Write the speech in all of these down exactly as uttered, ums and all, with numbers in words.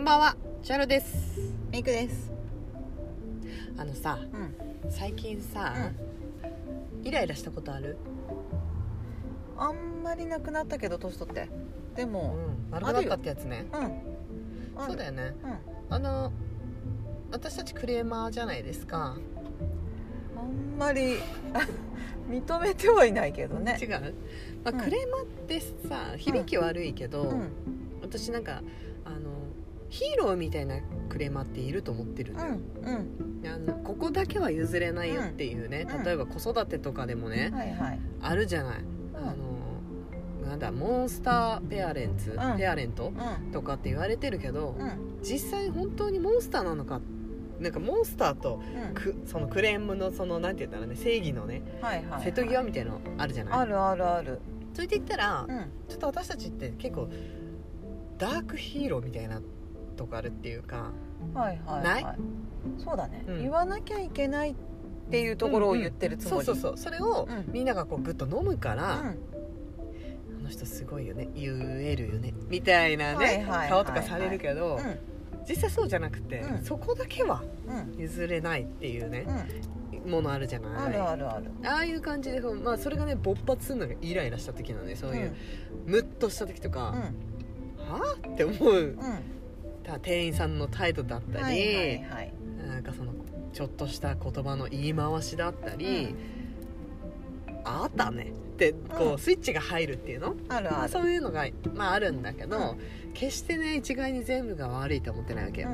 ばんは、チャロです。 メイクです。 あのさ、うん、最近さ、うん、イライラしたことある？ あんまりなくなったけど年取って。でも、 うん、悪くなったってやつね。 うん、 そうだよね、 うん、 あの私たちクレーマーじゃないですか。 あんまり認めてはいないけどね。 違う、まあ、クレーマーってさ、響き悪いけど、うん、私なんかあのヒーローみたいなクレーマーっていると思ってるのよ、うんうん、あのここだけは譲れないよっていうね、うん、例えば子育てとかでもね、はいはい、あるじゃない、うん、あのなんだモンスターペアレンツ、うん、ペアレント、うん、とかって言われてるけど、うん、実際本当にモンスターなのか、なんかモンスターと、うん、そのクレームのそのなんて言ったらね、正義のね、はいはいはい、瀬戸際みたいなのあるじゃない。 あるあるある。 それで言ったら、うん、ちょっと私たちって結構ダークヒーローみたいなとこあるっていうか、 はいはいはい、 ない？ そうだね、うん、言わなきゃいけないっていうところを言ってるつもり、 うんうん、そうそうそう、それを、うん、みんながこうグッと飲むから、うん、あの人すごいよね、言えるよねみたいなね、はいはいはいはい、顔とかされるけど、うん、実際そうじゃなくて、うん、そこだけは譲れないっていうね、うん、ものあるじゃない。 あるあるある。 ああいう感じで、まあ、それがね勃発するのがイライラした時なのね。そういう、うん、ムッとした時とか、うん、はぁって思う、うん、店員さんの態度だったり、はいはいはい、なんかそのちょっとした言葉の言い回しだったり、うん、あったねってこう、うん、スイッチが入るっていうの、あるある、まあ、そういうのが、まあ、あるんだけど、うん、決してね一概に全部が悪いと思ってないわけよ、うん、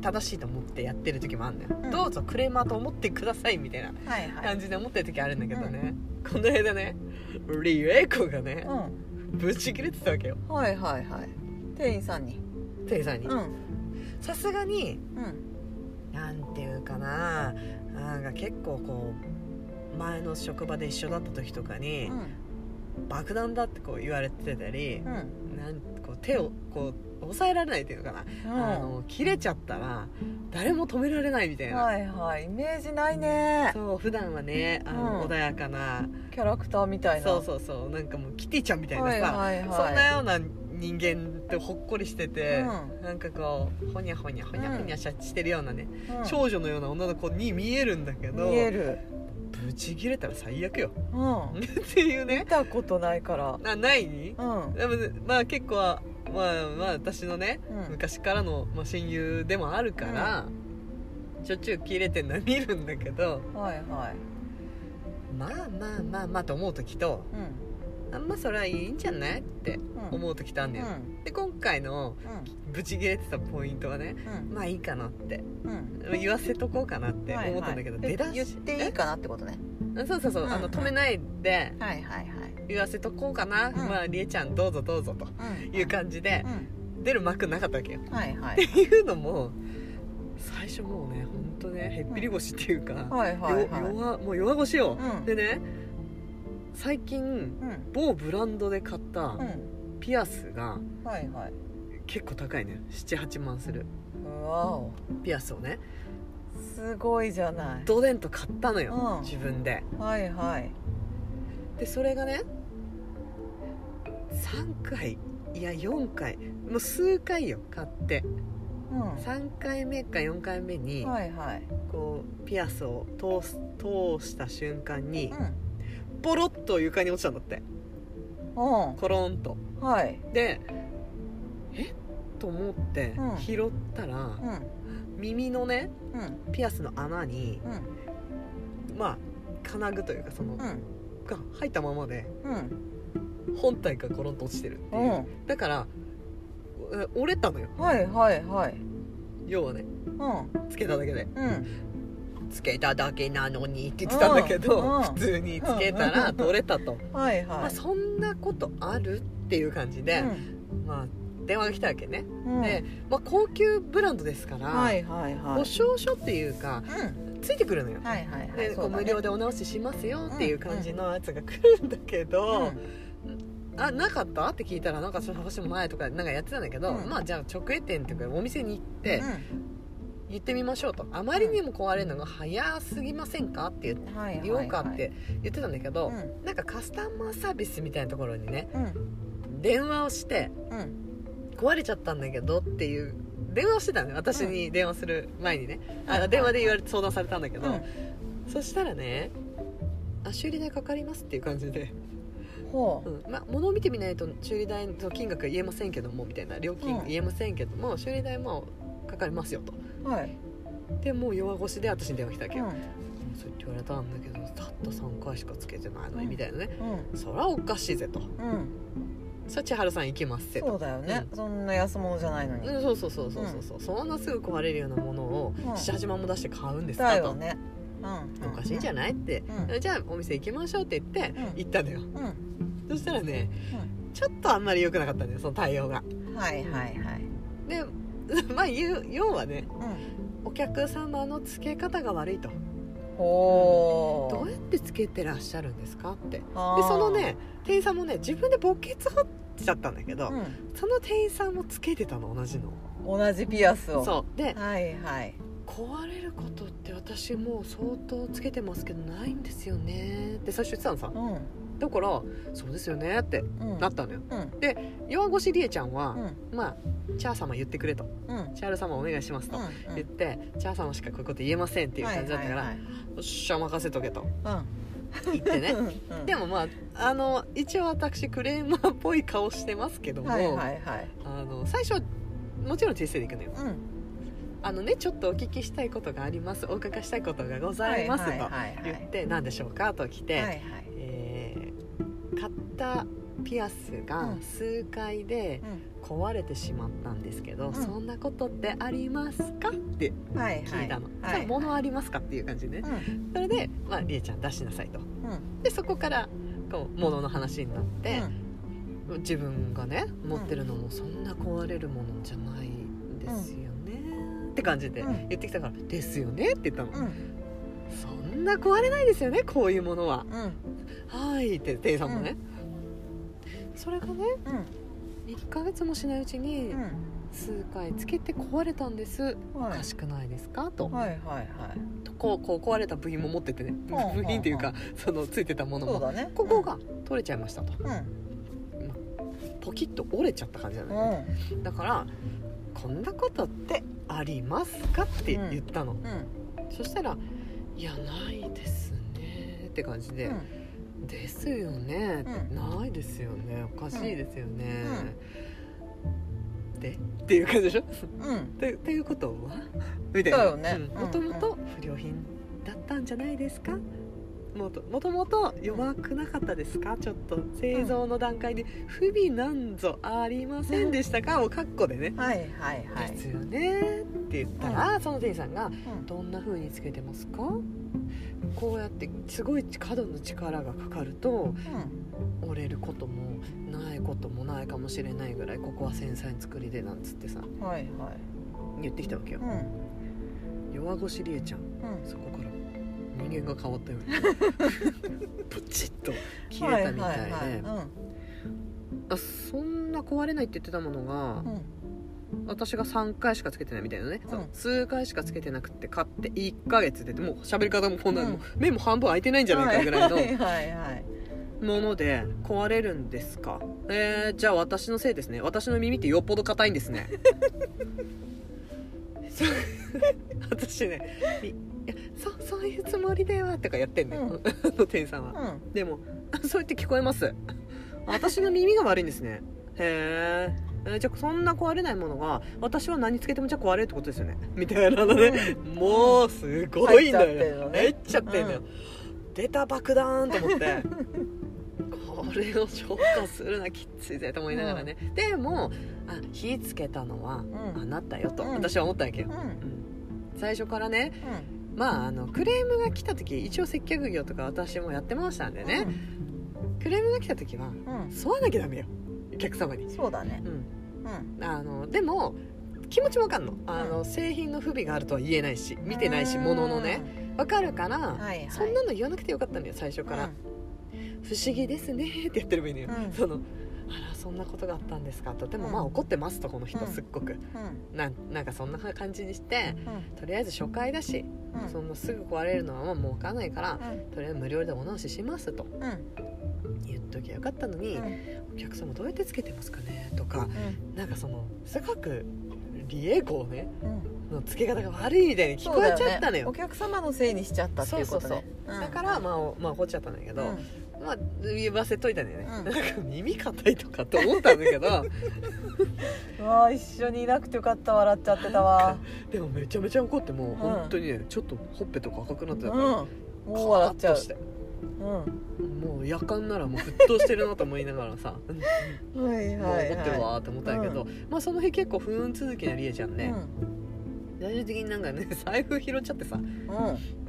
正しいと思ってやってる時もあるんだよ、うん、どうぞクレーマーと思ってくださいみたいな感じで思ってる時あるんだけどね、うん、この間ねリュエコがね、うん、ぶち切れてたわけよ。 はいはいはい。店員さんに店員さんにさすがに、うん、なんていうかな、なんか結構こう前の職場で一緒だった時とかに、うん、爆弾だってこう言われてたり、うん、なんこう手をこう抑えられないっていうのかな、うん、あの切れちゃったら誰も止められないみたいな、 はいはい、イメージないね。 そう普段はね、あの、うん、穏やかなキャラクターみたいな、 そうそうそう、なんかもうキティちゃんみたいなさ、はいはいはい、そんなような人間ってほっこりしてて、うん、なんかこうほにゃほにゃほにゃほにゃしてるようなね、うん、少女のような女の子に見えるんだけど、 見える。 ブチ切れたら最悪よ、うん、っていうね。 見たことないから。 なない、うん、でもまあ結構はまあまあ私のね、うん、昔からの、まあ、親友でもあるから、うん、しょっちゅう切れてんの見るんだけど、はいはい、まあまあまあまあと思う時と、うん、あんまそれはいいんじゃないって思う時とあんねん、うん、で今回のブチ切れてたポイントはね、うん、まあいいかなって、うん、言わせとこうかなって思ったんだけど、はいはい、出だし言っていいかなってことね。 そうそうそう、うん、あの止めないで、 はいはいはい、 言わせとこうかな、うん、まありえちゃんどうぞどうぞという感じで、うん、出る幕なかったわけよ、はいはい、っていうのも最初もうねほんとねへっぴり腰っていうか、うん、はいはいはい、弱もう弱腰よ、うん、でね最近、うん、某ブランドで買ったピアスが、うんはいはい、結構高いね、ななはちまんするわおピアスをね、 すごいじゃない、 ドデンと買ったのよ、うん、自分で、 はいはい、 でそれがねさんかいいやよんかいもう数回よ買って、うん、さんかいめかよんかいめに、はいはい、こうピアスを通す通した瞬間に、うん、ポロッと床に落ちたんだって、うん、コロンと、はい、でえっと思って拾ったら、うん、耳のね、うん、ピアスの穴に、うん、まあ金具というかその、うん、が入ったままで、うん、本体がコロンと落ちてるっていう、うん、だから折れたのよ、はいはいはい、要はね、うん、つけただけで、うんつけただけなのにって言ってたんだけど、うん、普通につけたら取れたとはい、はいまあ、そんなことあるっていう感じで、うんまあ、電話が来たわけね、うん、で、まあ、高級ブランドですから、はいはいはい、保証書っていうか、うん、ついてくるのよ、はいはいはい、で、こう無料でお直ししますよっていう感じのやつが来るんだけど、うん、あなかったって聞いたらなんか欲しいもないとかなんかやってたんだけど、うん、まあじゃあ直営店っていうかお店に行って、うん言ってみましょうと、あまりにも壊れるのが早すぎませんかって言、はいはいはい、言おうかって言ってたんだけど、うん、なんかカスタマーサービスみたいなところにね、うん、電話をして、うん、壊れちゃったんだけどっていう電話をしてたのよ、私に電話する前にね、うん、あ電話で言われて相談されたんだけど、うん、そしたらね、あ修理代かかりますっていう感じで、ほう、うんまあ、物を見てみないと修理代の金額は言えませんけどもみたいな、料金言えませんけども、うん、修理代もかかりますよと、はい、でもう弱腰で私に電話来たわけよ、うん、そう言って言われたんだけどたったさんかいしかつけてないのに、うん、みたいなね、うん、そりゃおかしいぜと、うん、それ千春さん行きますせと、そうだよね、うん、そんな安物じゃないのに、うん、そうそうそうそうそう、うん、そんなすぐ壊れるようなものをななはちまんも出して買うんですかと、だよね、うん、おかしいじゃない、うん、って、うん、じゃあお店行きましょうって言って、うん、行ったのよ、うん、そしたらね、うん、ちょっとあんまり良くなかったんだよ、その対応が。はいはいはい。でまあ要はね、うん、お客様の付け方が悪いと、おどうやって付けてらっしゃるんですかって。でそのね店員さんもね自分で墓穴掘っちゃったんだけど、うん、その店員さんも付けてたの、同じの、同じピアスを。そうで、はいはい、壊れることって私もう相当つけてますけどないんですよねって最初言ってたのさ、うん、だからそうですよねってなったのよ、うん、で弱腰りえちゃんは、うん、まあチャー様言ってくれと、うん、チャール様お願いしますと言って、うん、チャー様しかこういうこと言えませんっていう感じだったから、はいはいはい、よっしゃ任せとけと、うん、言ってね、うん、でもまああの一応私クレーマーっぽい顔してますけども、はいはいはい、あの最初はもちろん訂正でいくのよ、うん、あのねちょっとお聞きしたいことがあります、お伺いしたいことがございますと言って何でしょうかと来て、はいはいえー、買ったピアスが数回で壊れてしまったんですけど、うん、そんなことってありますかって聞いたの、はいはい、じゃあ物ありますかっていう感じでね、うん、それで、まあ、りえちゃん出しなさいと、うん、でそこからこう物の話になって、うん、自分がね持ってるのもそんな壊れるものじゃないんですよね、うん、って感じで言ってきたから、うん、ですよねって言ったの、うん、そんな壊れないですよねこういうものは、うん、はいって店員さんもね、うん、それがね、うん、いっかげつもしないうちに数回つけて壊れたんです、はい、おかしくないですかと、はいはいはい、とこう、こう壊れた部品も持っててね、はい、部品っていうか、はい、そのついてたものも、そうだね、ここが取れちゃいましたと、うん、ポキッと折れちゃった感じだね、うん、だからこんなことってありますかって言ったの、うんうん、そしたらいやないですねって感じで、うん、ですよね、うん、ないですよねおかしいですよね、うん、でっていう感じでしょ、うん、ってっていうことはみたいな、だよね、もともと不良品だったんじゃないですか、もともともと弱くなかったですか、ちょっと製造の段階で不備なんぞありませんでしたか、をカッコでね、はいはいはい、ですよねって言ったら、うん、その店員さんが、うん、どんな風につけてますか、こうやってすごい角の力がかかると、うん、折れることもないこともないかもしれないぐらいここは繊細な作りでなんつってさ、はいはい、言ってきたわけよ、うん、弱腰りえちゃん、うん、そこから人間が変わったようにプチッと消えたみたいで、はいはいはい、うん、あそんな壊れないって言ってたものが、うん、私がさんかいしかつけてないみたいなね、うん、数回しかつけてなくて買っていっかげつでもう喋り方もこんなの、うん、目も半分開いてないんじゃないかぐらいのもので壊れるんですか、えー、じゃあ私のせいですね、私の耳ってよっぽど硬いんですね私ねいや そ, そういうつもりではとかやってんね、うん、の店員さんは、うん、でもそう言って聞こえます私の耳が悪いんですね、へえ、じゃあそんな壊れないものが私は何つけてもじゃあ壊れるってことですよねみたいなのね、うん、もうすごいんだよ、入っちゃってんだよ、うん、出た爆弾と思ってこれを消化するなきついぜと思いながらね、うん、でもあ火つけたのは、うん、あなたよと、うん、私は思ったわけよ、うんうん、最初からね、うん、まああのクレームが来た時一応接客業とか私もやってましたんでね、うん、クレームが来た時は、うん、沿わなきゃダメよお客様に、そうだね、うんうん、あのでも気持ちわかんの、あの、うん、製品の不備があるとは言えないし見てないしもののねわかるから、はいはい、そんなの言わなくてよかったんだよ最初から、うん、不思議ですねって言ってる分には、うん、そのあらそんなことがあったんですかと、でもまあ怒ってますとこの人すっごく、うん、な, なんかそんな感じにして、うん、とりあえず初回だし、うん、そんなすぐ壊れるのはもう分かんないから、うん、とりあえず無料でお直ししますと、うん、言っときゃよかったのに、うん、お客様どうやってつけてますかねとか、うん、なんかそのすごくリエ号ね、うん、の付け方が悪いみたいに聞こえちゃったのよ、 ね、お客様のせいにしちゃったっていうことね。そうそうそう、 うん、だからまあまあ怒っちゃったんだけど、うん、まあ言わせといたんだよね、うん、なんか耳硬いとかと思ったんだけどうわ一緒にいなくてよかった、笑っちゃってたわ。 でもめちゃめちゃ怒ってもう、うん、本当にねちょっとほっぺとか赤くなってたから、うん、もう笑っちゃう、 うん、もう夜間ならもう沸騰してるなと思いながらさはいはい、はい、 怒ってるわって思ったんやけど、うん、まあその日結構不運続きなりえちゃんね、うん、最終的になんかね財布拾っちゃってさ、うん、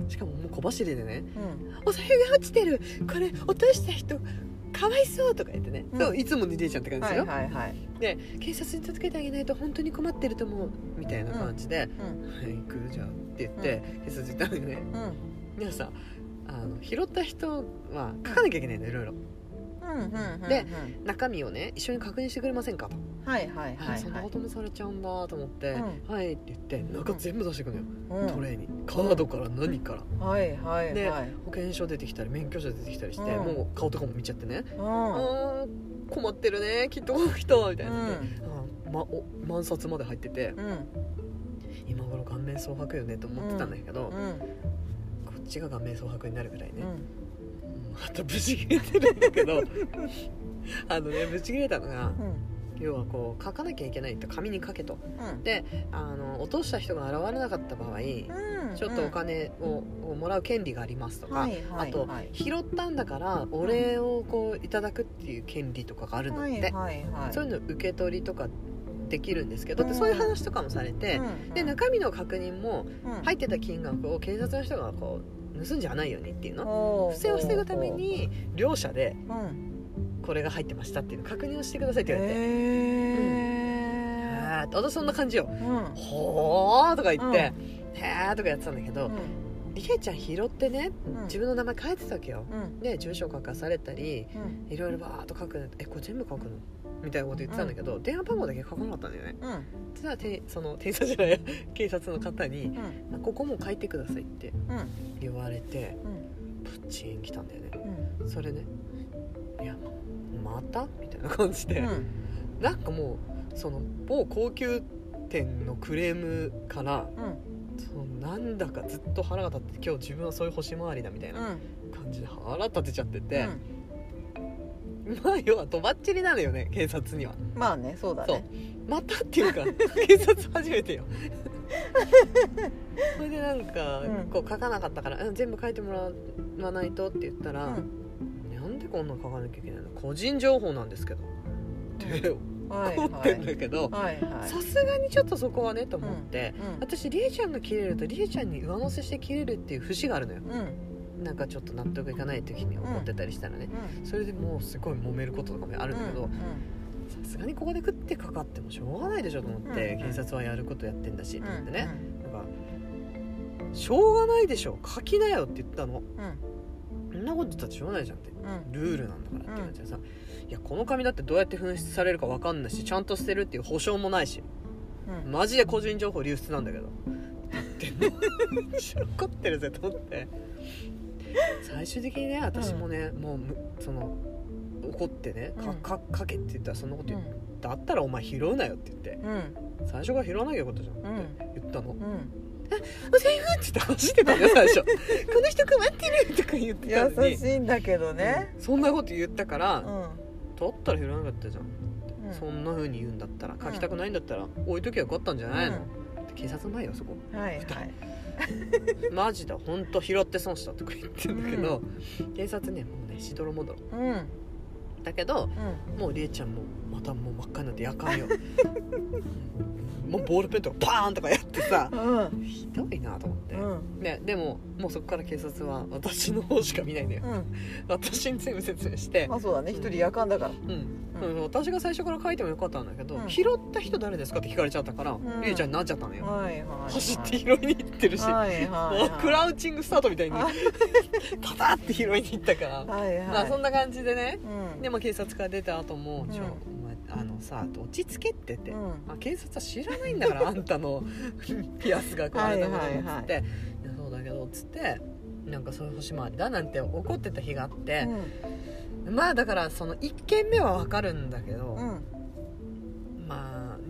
しかももう小走りでね、うん、お財布が落ちてる、これ落とした人かわいそうとか言ってね、うん、そういつもにりえちゃんって感じですよ、はいはいはい、で警察に届けてあげないと本当に困ってると思うみたいな感じで、うんうん、はい行くじゃんって言って、うん、警察に行ったのにね、うん、でもさあの拾った人は書かなきゃいけないのいろいろ、うんうんうんうん、で中身をね一緒に確認してくれませんかと、はいはいはい、はい、そんなこともされちゃうんだと思って、うん、はいって言って中全部出してくるのよ、うん、トレーにカードから何から、うん、はいはいはい、で保険証出てきたり免許証出てきたりして、うん、もう顔とかも見ちゃってね、うん、あ困ってるねきっとこの人みたいな、うん、ま、お万札まで入ってて、うん、今頃顔面蒼白よねと思ってたんだけど、うんうんこっちが顔面蒼白になるぐらいね、うん、またブチ切れてるんだけどあのねブチ切れたのが、うん、要はこう書かなきゃいけないと紙に書けと、うん、であの落とした人が現れなかった場合、うん、ちょっとお金を、うん、もらう権利がありますとか、はいはいはい、あと拾ったんだからお礼をこういただくっていう権利とかがあるので、はいはいはい、そういうの受け取りとかできるんですけど、うん、そういう話とかもされて、うん、で中身の確認も入ってた金額を警察の人がこう盗んじゃわないようにっていうの不正を防ぐために両者でこれが入ってましたっていうのを確認をしてくださいって言われて、へーって私そんな感じよ、うん、ほーとか言って、うん、へーとかやってたんだけど、うん、りえちゃん拾ってね、うん、自分の名前書いてたわけよ、うん、で住所書かされたり、うん、いろいろバーっと書く、えこれ全部書くのみたいなこと言ってたんだけど、うん、電話番号だけ書かなかったんだよね、うん、そしたらその店員さんじゃない警察の方に、うん、ここも書いてくださいって言われて、うん、プチン来たんだよね、うん、それねいやまたみたいな感じで、うん、なんかもうその某高級店のクレームから、うん、そのなんだかずっと腹が立って今日自分はそういう星回りだみたいな感じで腹立てちゃってて、うんまあ要はとばっちりなのよね警察には。まあねそうだねそうまたっていうか警察初めてよそれでなんか、うん、こう書かなかったから、うん、全部書いてもらわないとって言ったら、うん、なんでこんな書かなきゃいけないの個人情報なんですけどって、うん、怒ってんだけどさすがにちょっとそこはねと思って、うんうん、私りえちゃんが切れるとりえちゃんに上乗せして切れるっていう節があるのよ、うんなんかちょっと納得いかない時に思ってたりしたらね、うん、それでもうすごい揉めることとかもあるんだけどさすがにここで食ってかかってもしょうがないでしょと思って、うん、警察はやることやってんだしと思ってね、うん、なんかしょうがないでしょ書きなよって言ったの、うん、そんなこと言ったらしょうがないじゃんって、うん、ルールなんだからって感じでさ、うん、いやこの紙だってどうやって紛失されるか分かんないしちゃんと捨てるっていう保証もないし、うん、マジで個人情報流出なんだけどって怒ってるぜと思って最終的にね私もね、うん、もうその怒ってねかかかけって言ったらそんなこと言う、うん、だったらお前拾うなよって言って、うん、最初から拾わなきゃよかったじゃんって言ったの、うん、あお財布って言って走ってたんだよ最初この人困ってるとか言ってたのに優しいんだけどね、 うん、そんなこと言ったから、うん、だったら拾わなかったじゃん、うん、そんな風に言うんだったら書きたくないんだったら置いときゃよかったんじゃないの、うん、って警察前よそこはいはいマジだ本当拾って損したとか言ってるんだけど、うん、警察ねもうねしどろもどろ、うん、だけど、うん、もうりえちゃんもまたもう真っ赤になってやかんよもうボールペンとかパーンとかやってさ、うん、ひどいなと思って、うんね、でももうそこから警察は私の方しか見ないんだよ、うん、私に全部説明してまあそうだね一、うん、人やかんだからうん、うん、私が最初から書いてもよかったんだけど、うん、拾った人誰ですかって聞かれちゃったから、うん、りえちゃんになっちゃったのよ、はいはいはい、走って拾いに行ってるし、はいはいはい、クラウチングスタートみたいにパタって拾いに行ったから、はいはい、まあそんな感じでね、うん、でも警察から出た後もちょ、うんあのさ落ち着けってって、うん、警察は知らないんだからあんたのピアスが壊れたものっつって、はいはいはい、いやそうだけどっつってなんかそういう星回りだなんて怒ってた日があって、うん、まあだからそのいっけんめはわかるんだけど、うん、まあ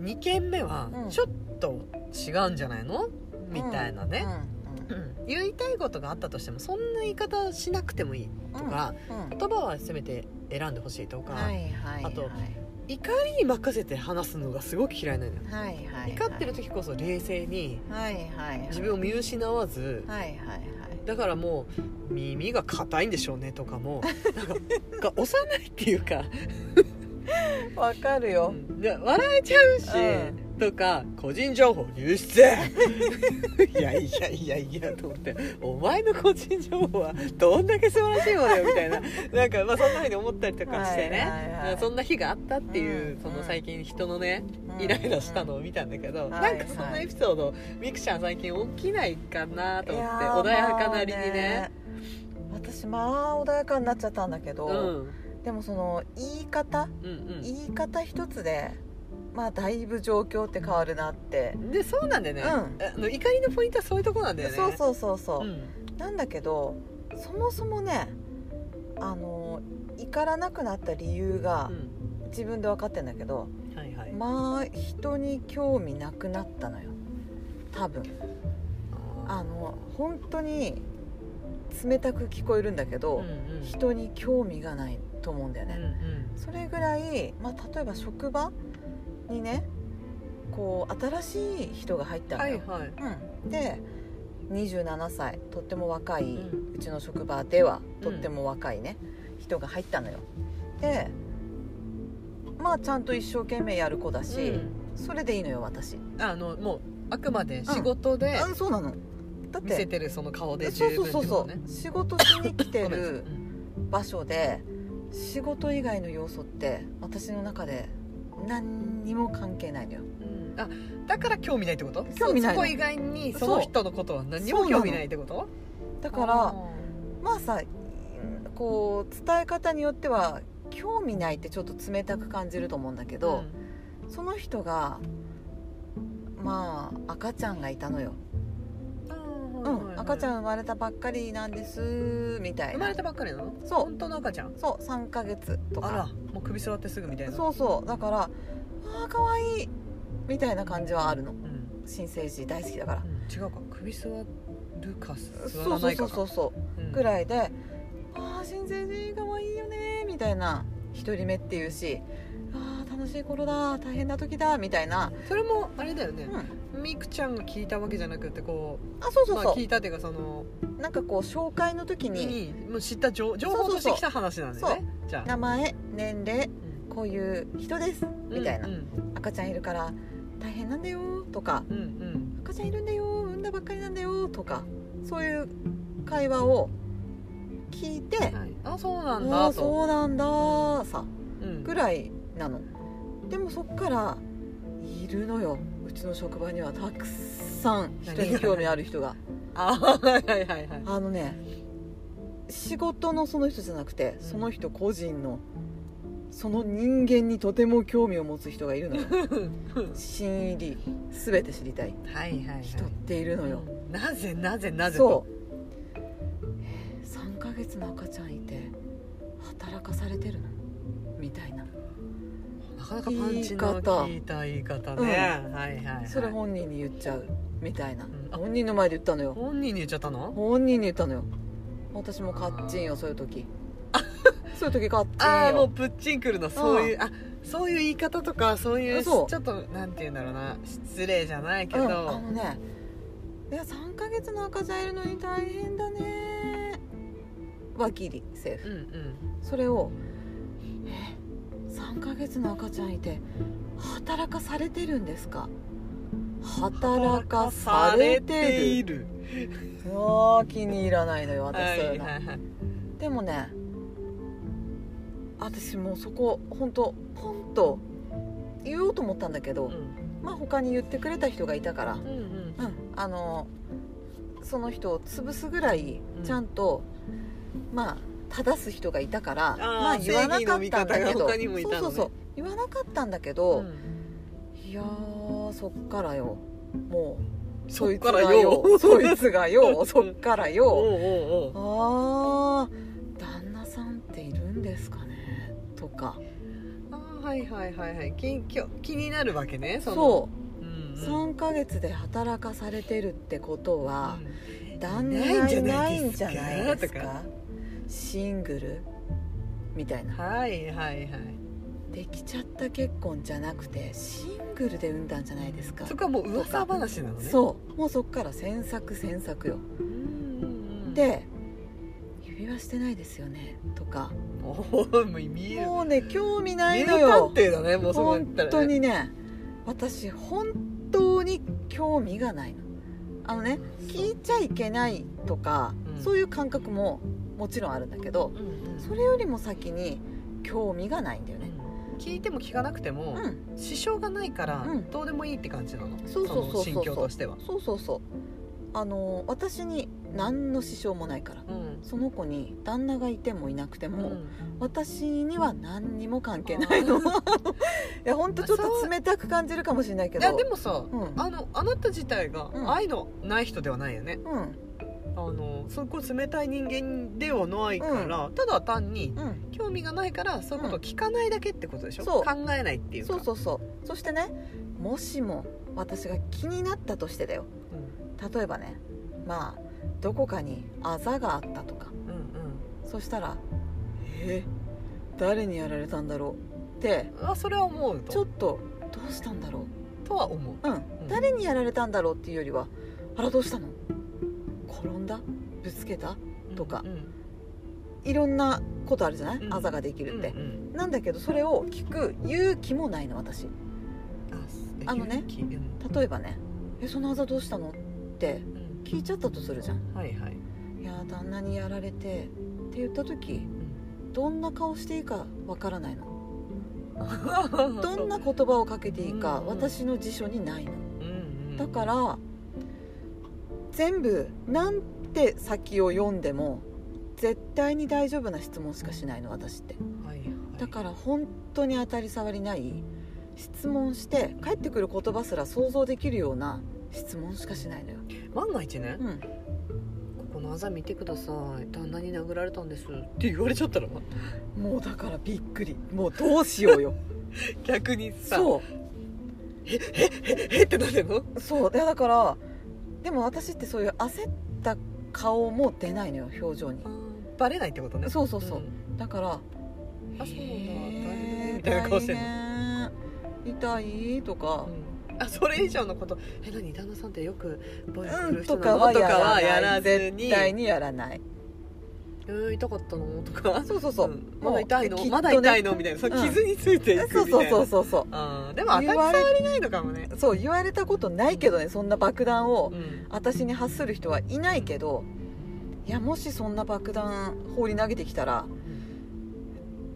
にけんめはちょっと違うんじゃないの、みたいなね、うんうんうん、言いたいことがあったとしてもそんな言い方しなくてもいいとか、うんうん、言葉はせめて選んでほしいとか、はいはいはい、あと怒りに任せて話すのがすごく嫌いなのよ、はいはいはい、怒ってる時こそ冷静に自分を見失わず、はいはいはい、だからもう耳が硬いんでしょうねとかもなんか幼いっていうかわかるよ、 うん、笑えちゃうし、うん、とか個人情報流出いやいやいやいやと思ってお前の個人情報はどんだけ素晴らしいものよみたいななんかまあそんな風に思ったりとかしてね、はいはいはい、そんな日があったっていう、うん、その最近人のね、うん、イライラしたのを見たんだけど、うん、なんかそんなエピソード、はいはい、みくちゃん最近起きないかなと思って穏やかなりにね、 私まあ穏やかになっちゃったんだけど、うんでもその言い方、うんうん、言い方一つでまあだいぶ状況って変わるなってでそうなんだよね、うん、あの怒りのポイントはそういうとこなんだよねそうそうそうそう、うん、なんだけどそもそもねあの怒らなくなった理由が自分で分かってんだけど、うんはいはい、まあ人に興味なくなったのよ多分あの本当に冷たく聞こえるんだけど、うんうん、人に興味がないと思うんだよね、うんうん、それぐらい、まあ、例えば職場にねこう新しい人が入ったのよ、はいはいうん、でにじゅうななさいとっても若い、うん、うちの職場ではとっても若いね、うん、人が入ったのよでまあちゃんと一生懸命やる子だし、うん、それでいいのよ私あのもうあくまで仕事で、 うん、あそうなのだって見せてるその顔で十分ってことねそうそうそうそう仕事しに来てる場所で仕事以外の要素って私の中で何にも関係ないのよ、 うん、あだから興味ないってこと？ 興味ないの。 そこ以外にその人のことは何にも興味ないってこと？ だからまあさこう伝え方によっては興味ないってちょっと冷たく感じると思うんだけど、うん、その人がまあ赤ちゃんがいたのようん、赤ちゃん生まれたばっかりなんですみたいな。 生まれたばっかりなの？ そう本当の赤ちゃん？ そうさんかげつとか。 あらもう首座ってすぐみたいな。 そうそうだからあーかわいいみたいな感じはあるの、うん、新生児大好きだから、うん、 違うか首座るか座らないかかそうそうそうそう、うん、ぐらいであー新生児かわいいよねみたいな一人目っていうしあー楽しい頃だ大変な時だみたいな。 それもあれだよね、うん、みくちゃんが聞いたわけじゃなくてこうあそうそうそう、 まあ、聞いたっていうかそのなんかこう紹介の時にもう知った情報としてきた話なんだよね。 じゃあ名前年齢、うん、こういう人ですみたいな、うんうん、赤ちゃんいるから大変なんだよとか、うんうん、赤ちゃんいるんだよ産んだばっかりなんだよとかそういう会話を聞いて、はい、 あそうなんだとそうなんださ、うん、ぐらいなの。でもそっからいるのようちの職場にはたくさん人に興味ある人があはいはいはいあのね仕事のその人じゃなくて、うん、その人個人のその人間にとても興味を持つ人がいるのよ新入り全て知りたい人っているのよ、はいはいはい、 なぜなぜなぜとそうさんかげつの赤ちゃんいて働かされてるのみたいななかなかパンチの効いた言い方ね、うん、はいはいはい、 それ本人に言っちゃうみたいな、うん、本人の前で言ったのよ。 本人に言っちゃったの？ 本人に言ったのよ。私もカッチンよそういう時そういう時カッチンよ。 ああもうプッチンくるのそういう、あそういう言い方とかそういうちょっとなんて言うんだろうな失礼じゃないけど、うん、 あのねいやさんかげつの赤ちゃんいるのに大変だねわきりセーフ、うんうん、それをえさんかげつの赤ちゃんいて働かされてるんですか？働かされているあ気に入らないのよ私そういうの、はいはいはい、でもね私もうそこ本当ポンと言おうと思ったんだけど、うん、まあ他に言ってくれた人がいたから、うんうんうん、あのその人を潰すぐらいちゃんと、うん、まあ正す人がいたからまあ言わなかったんだけど、ね、そうそうそう言わなかったんだけど、うん、いやーそっからよもうそいつがよそいつがよそっからよおうおうおうあー旦那さんっているんですかねとかあはいはいはいはい、気, 気になるわけね。そのそう、うんうん、さんかげつで働かされてるってことは、うん、旦那がいないんじゃないですか、シングルみたいな。 はいはいはい。 できちゃった結婚じゃなくてシングルで産んだんじゃないですか。 そこはもう噂話なのね。 そうもうそっから詮索詮索よ。うんうんうん、で指輪してないですよねとか、 もう見える、 もうね興味ないのよ。 名探偵だね、もうそうやったらね。 本当にね、私本当に興味がないの。あのね、聞いちゃいけないとか、うん、そういう感覚ももちろんあるんだけど、うんうん、それよりも先に興味がないんだよね。 聞いても聞かなくても、うん、支障がないからどうでもいいって感じなの、うん、 そうそうそうそう、 心境としては。 そうそうそう、あの私に何の支障もないから、うん、その子に旦那がいてもいなくても、うん、私には何にも関係ないの。いや本当ちょっと冷たく感じるかもしれないけど、 いやでもさ、うん、あのあなた自体が愛のない人ではないよね、うん、あのそこ冷たい人間ではないから、うん、ただ単に興味がないからそういうことを聞かないだけってことでしょ、うん、考えないっていうか。 そうそうそう。そしてね、もしも私が気になったとしてだよ、うん、例えばね、まあどこかにあざがあったとか、うんうん、そしたらえー、誰にやられたんだろうってあそれは思うと、 ちょっとどうしたんだろうとは思う、 うんうん、誰にやられたんだろうっていうよりは、あらどうしたの、転んだ、ぶつけたとか、うんうん、いろんなことあるじゃない、うん、あざができるって、うんうん、なんだけどそれを聞く勇気もないの私。あ, あのね、例えばね、えそのあざどうしたのって聞いちゃったとするじゃん、はいはい、いや旦那にやられてって言った時、うん、どんな顔していいかわからないの。どんな言葉をかけていいか、うんうん、私の辞書にないの、うんうん、だから全部なんて先を読んでも絶対に大丈夫な質問しかしないの私って、はいはい、だから本当に当たり障りない質問して返ってくる言葉すら想像できるような質問しかしないのよ。 万が一ね、うん、ここのあざ見てください、旦那に殴られたんですって言われちゃったらもうだからびっくり、もうどうしようよ。 逆にさ、 そうええええってなってんの。 そうだからでも私ってそういう焦った顔も出ないのよ、表情に。 バレないってことね。 そうそうそう、うん、だからあそうなんだ、大変みたいな顔してんの。 痛いとか、 うん、あそれ以上のこと、え何旦那さんってよくボイスする人なの、うん、とかはやらずに、 絶対にやらない。 えー、痛かったのとか、 そうそうそう、うん、 まだ痛いの、ね、まだ痛いのみたいな、その傷についていくみたいな、うん、そうそうそうそう、 あでも当たり障りないのかもね。 そう言われたことないけどね、そんな爆弾を私に発する人はいないけど、いやもしそんな爆弾放り投げてきたら、うん、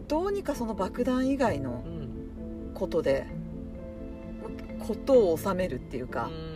どうにかその爆弾以外のことで、うん、ことを収めるっていうか、うんうんうん、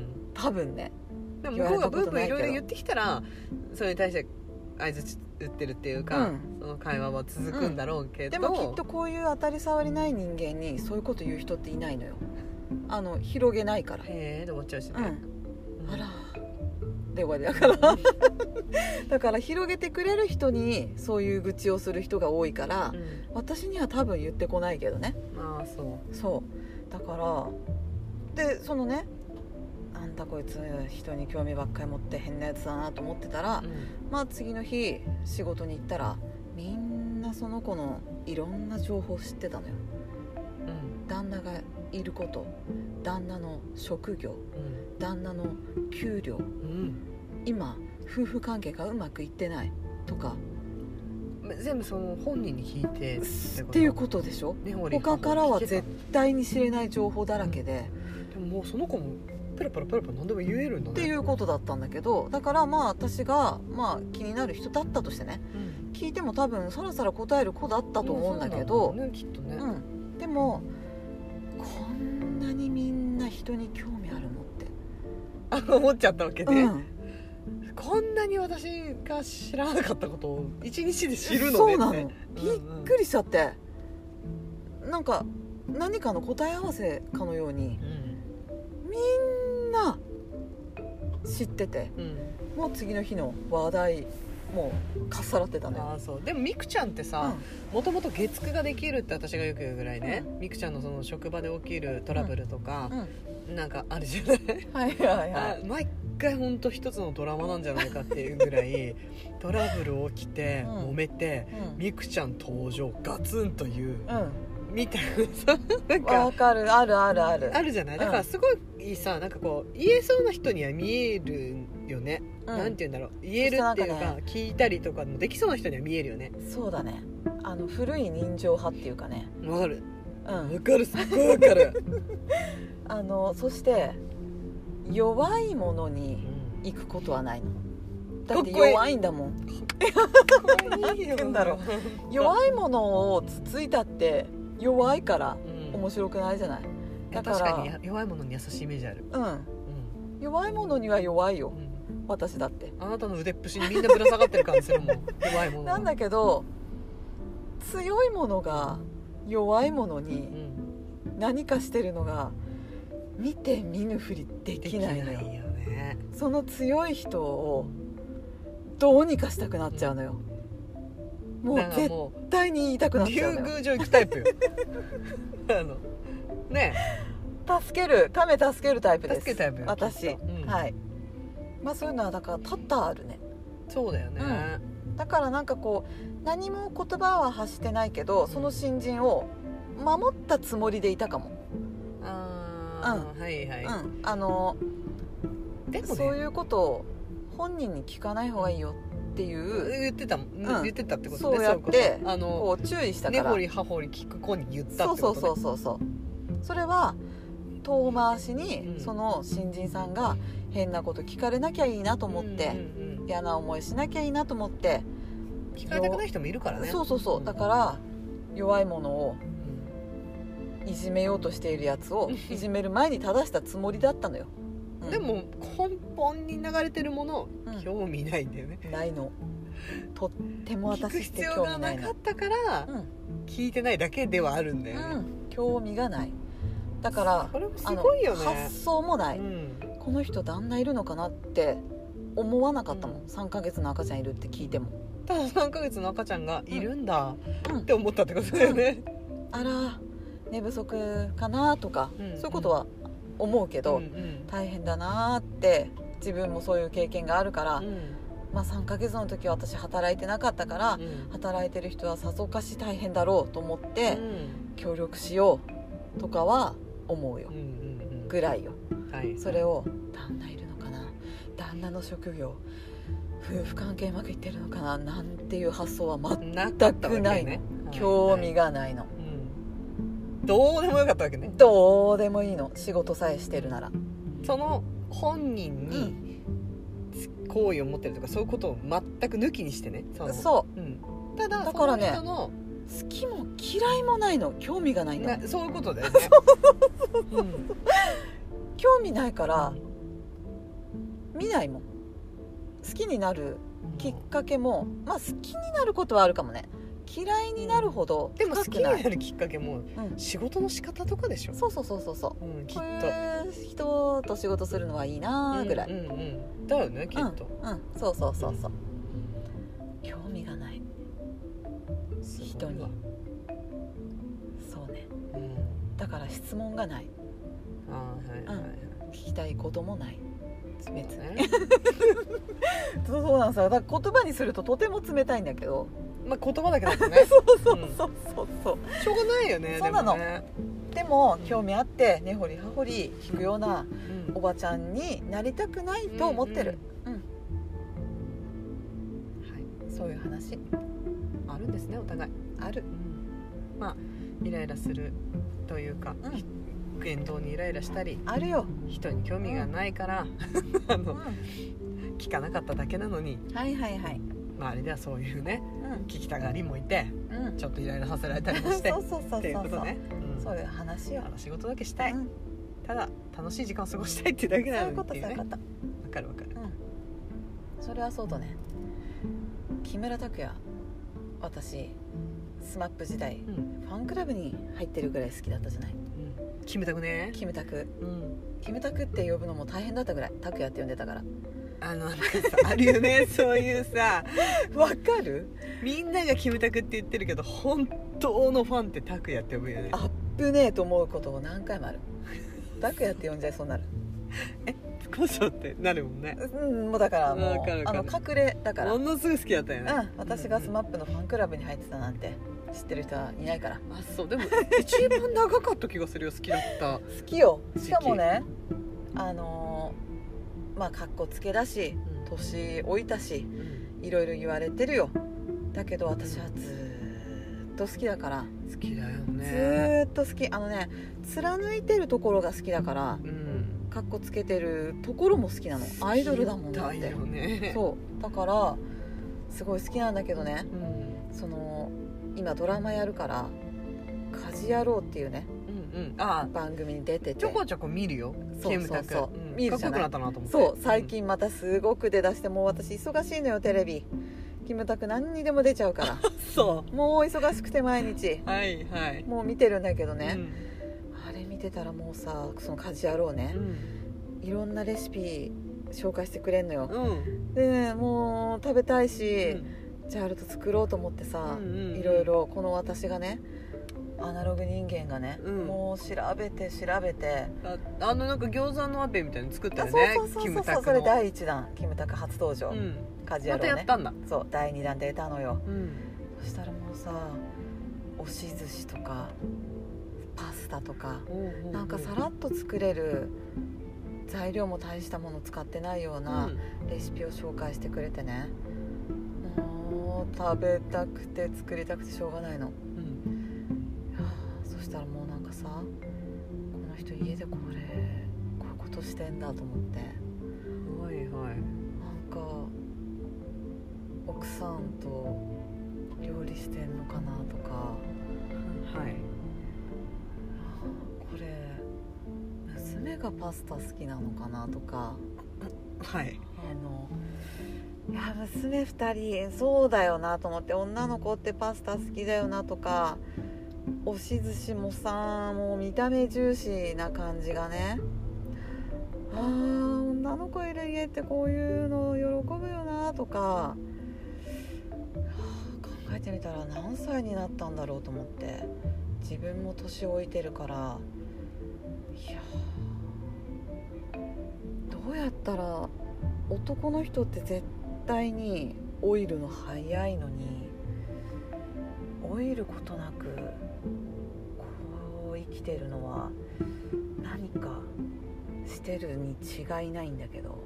多分ね。 でも向こうがブーブーいろいろ言ってきたらそれに対して相槌打ってるっていうか、うん、その会話は続くんだろうけど、 うん、でもきっとこういう当たり障りない人間にそういうこと言う人っていないのよ。あの広げないから。 へえで終わっちゃうしね、 うん、あらで終わりだからだから広げてくれる人にそういう愚痴をする人が多いから、うん、私には多分言ってこないけどね。 ああそうそうだからでそのね、なんだこいつ人に興味ばっかり持って変なやつだなと思ってたら、うん、まあ次の日仕事に行ったらみんなその子のいろんな情報を知ってたのよ、うん、旦那がいること、旦那の職業、うん、旦那の給料、うん、今夫婦関係がうまくいってないとか全部その本人に聞いてっていうことでしょ。他からは絶対に知れない情報だらけで、 うん、でももうその子もペラペラペラペラ何でも言えるんだねっていうことだったんだけど、だからまあ私がまあ気になる人だったとしてね、うん、聞いても多分さらさら答える子だったと思うんだけど、 ね、きっとね、 うん、でもこんなにみんな人に興味あるのってあ思っちゃったわけね、うん、こんなに私が知らなかったことを一日で知るのねって。そうなの、びっくりしちゃって、うんうん、なんか何かの答え合わせかのように、うん、みんな知ってて、うん、もう次の日の話題もうかっさらってたのよ。 あそうでもみくちゃんってさ、もともと月くができるって私がよく言うぐらいね、うん、みくちゃんのその職場で起きるトラブルとか、うん、なんかあるじゃないはいはいはい。毎回本当一つのドラマなんじゃないかっていうぐらいトラブル起きて、うん、揉めて、うん、みくちゃん登場ガツンという、うんみたいなさ、なんかわかる、あるあるあるあるじゃない。だからすごいさ、なんかこう言えそうな人には見えるよね、うん、なんて言うんだろう、言えるっていうか、ね、聞いたりとかもできそうな人には見えるよね。 そうだね、あの古い人情派っていうかね。 わかる、うん、わかる、すっごいわかるあのそして弱いものに行くことはないの、だって弱いんだもん。なんて言うんだろう、弱いものをつついたって弱いから面白くないじゃない、うん、 だから確かに弱いものに優しいイメージある、うん、うん、 弱いものには弱いよ、うん、私だって。 あなたの腕っぷしにみんなぶら下がってる感じするもん弱いものなんだけど、強いものが弱いものに何かしてるのが見て見ぬふりできないのよ。できないよね。その強い人をどうにかしたくなっちゃうのよ、うん、もう絶対に言いたくなっちゃうのよ。 竜宮城行くタイプよあのねえ助ける亀助けるタイプです。 助けるタイプ私、うん、はいまあそういうのはだから多々あるね。 そうだよね、 うん、だからなんかこう何も言葉は発してないけど、その新人を守ったつもりでいたかも。 ああ、うん、はいはい、うん、 あのでも、ね、そういうことを本人に聞かない方がいいよっていう言ってた、うん、言ってたってことね。そうやってあのこう注意したから根掘り葉掘り聞く子に言ったってことね。 そうそうそうそう。それは遠回しにその新人さんが変なこと聞かれなきゃいいなと思って、うんうんうん、嫌な思いしなきゃいいなと思って聞かれたくない人もいるからね。 そうそうそう、だから弱いものをいじめようとしているやつをいじめる前に正したつもりだったのよ。 うん、でも根本に流れてるもの、うん、興味ないんだよね。 ないの。とっても私って興味ないの。 聞く必要がなかったから、うん、聞いてないだけではあるんだよね。うん、 興味がない。だからそれもすごいよね。 発想もない、うん、この人旦那いるのかなって思わなかったもん、うん、さんかげつの赤ちゃんいるって聞いても。 たださんかげつの赤ちゃんがいるんだ、うん、って思ったってことだよね、 うん、あら寝不足かなとか、うん、そういうことは思うけど、うんうん、大変だなって自分もそういう経験があるから、うん、まあ、さんかげつの時は私働いてなかったから、うん、働いてる人はさぞかし大変だろうと思って、うん、協力しようとかは思うよ、うんうんうん、ぐらいよ、はい、それを旦那いるのかな、旦那の職業夫婦関係うまくいってるのかななんていう発想は全くないの、ね、興味がないの、はいはい、 うん、どうでもよかったわけね。 どうでもいいの、仕事さえしてるなら。 その本人に好意を持ってるとか、そういうことを全く抜きにしてね。そのそう、 うん、ただだからね、 その人の好きも嫌いもないの、興味がないの。 そういうことだよねうん、 興味ないから見ないもん。好きになるきっかけも、まあ好きになることはあるかもね。嫌いになるほど深くない、うん、でも好きになるきっかけも、うん、仕事の仕方とかでしょ。 そうそうそうそうそう、うん、きっとこういう人と仕事するのはいいなぐらい、うんうんうん、 だよねきっと、 うんうん、そうそうそうそう、うん、興味がない人に。そうね、うん、だから質問がない。あ、はいはいはい、うん、聞きたいこともない。別にそうなんさ、だから言葉にするととても冷たいんだけど、 まあ言葉だけだとねそうそうそうそうそう、 うん、しょうがないよね。 そうなの。でも、ね、でも興味あって根掘り葉掘り聞くようなおばちゃんになりたくないと思ってる、うんうんうん、はい、そういう話あるんですね、お互いある、 うん、まあイライラするというか、うん、言動にイライラしたりあるよ。 人に興味がないから、うん、あの、うん、聞かなかっただけなのに、 はいはいはい、 周りではそういうね、うん、聞きたがりもいて、うん、ちょっとイライラさせられたりもしてそうそうそうそうっていうことね、うん、 そういう話よ。 仕事だけしたい、うん、ただ楽しい時間を過ごしたいっていうだけなのにっていうね。 そういうこと、そういうこと。 わかるわかる、 うん、それはそうとね。木村拓哉、私スマップ時代、うん、ファンクラブに入ってるぐらい好きだったじゃない、うん、 キムタクね。 キムタク、うん、キムタクって呼ぶのも大変だったぐらい、タクヤって呼んでたから。 あのさあるよねそういうさわかる？ みんながキムタクって言ってるけど本当のファンってタクヤって呼ぶよね。 あっぶねえと思うことを何回もある。タクヤって呼んじゃいそうになる。 えこそってなるもんね。 うんもうだからもうかるかるあの隠れだからものすごい好きだったよね。 うん私がスマップのファンクラブに入ってたなんて知ってる人はいないから。 あそうでも一番長かった気がするよ好きだった好きよ。しかもねあのー、まあかっこつけだし、うん、年老いたし、うん、いろいろ言われてるよ。だけど私はずーっと好きだから。 好きだよね。 ずーっと好き。あのね貫いてるところが好きだから、うん、かっこつけてるところも好きなの。アイドルだもんだって。 だよね。 そうだからすごい好きなんだけどね、うん、その今ドラマやるから家事やろうっていうね、うんうん、あ番組に出ててちょこちょこ見るよ。 そうそうそう、うん、見るじゃない。 かっこよくなったなと思って。 そう最近またすごく出だして、もう私忙しいのよテレビ。キムタク何にでも出ちゃうからそうもう忙しくて毎日はいはいもう見てるんだけどね、 うん、 あれ見てたらもうさその家事やろうね、うん、いろんなレシピ紹介してくれんのよ、うん、でねもう食べたいし、うん、じゃああると作ろうと思ってさ、うんうんうん、いろいろこの私がねアナログ人間がね、うん、もう調べて調べてあ, あのなんか餃子のアペみたいに作ったよね。 そうそうそうそうそうそれだいいちだんキムタク初登場、うん、家事やろうね。 またやったんだ。 そうだいにだん出たのよ、うん、そしたらもうさ押し寿司とかパスタとか、うん、なんかさらっと作れる材料も大したもの使ってないようなレシピを紹介してくれてね、もう食べたくて作りたくてしょうがないの、うん、そしたらもうなんかさこの人家でこれこういうことしてんだと思って、 はいはい、 なんか奥さんと料理してんのかなとか、 はい、 これ娘がパスタ好きなのかなとか、 はい、 あのいや娘ふたりそうだよなと思って、女の子ってパスタ好きだよなとか、押し寿司もさもう見た目重視な感じがね、あー女の子いる家ってこういうの喜ぶよなとか考えてみたら何歳になったんだろうと思って、自分も年老いてるから、いやどうやったら男の人って絶対に老いるの早いのに老いることなくこう生きてるのは何かしてるに違いないんだけど、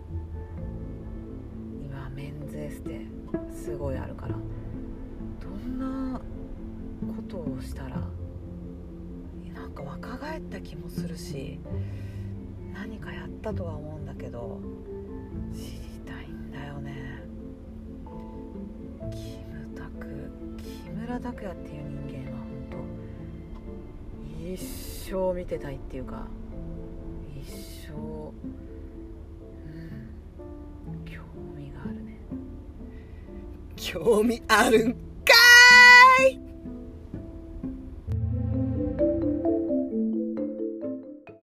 今メンズエステすごいあるから、どんなことをしたらなんか若返った気もするし、何かやったとは思うんだけど知りたいんだよね。キムタク木村拓哉っていう人間は本当一生見てたいっていうか、一生、うん、興味があるね。 興味あるん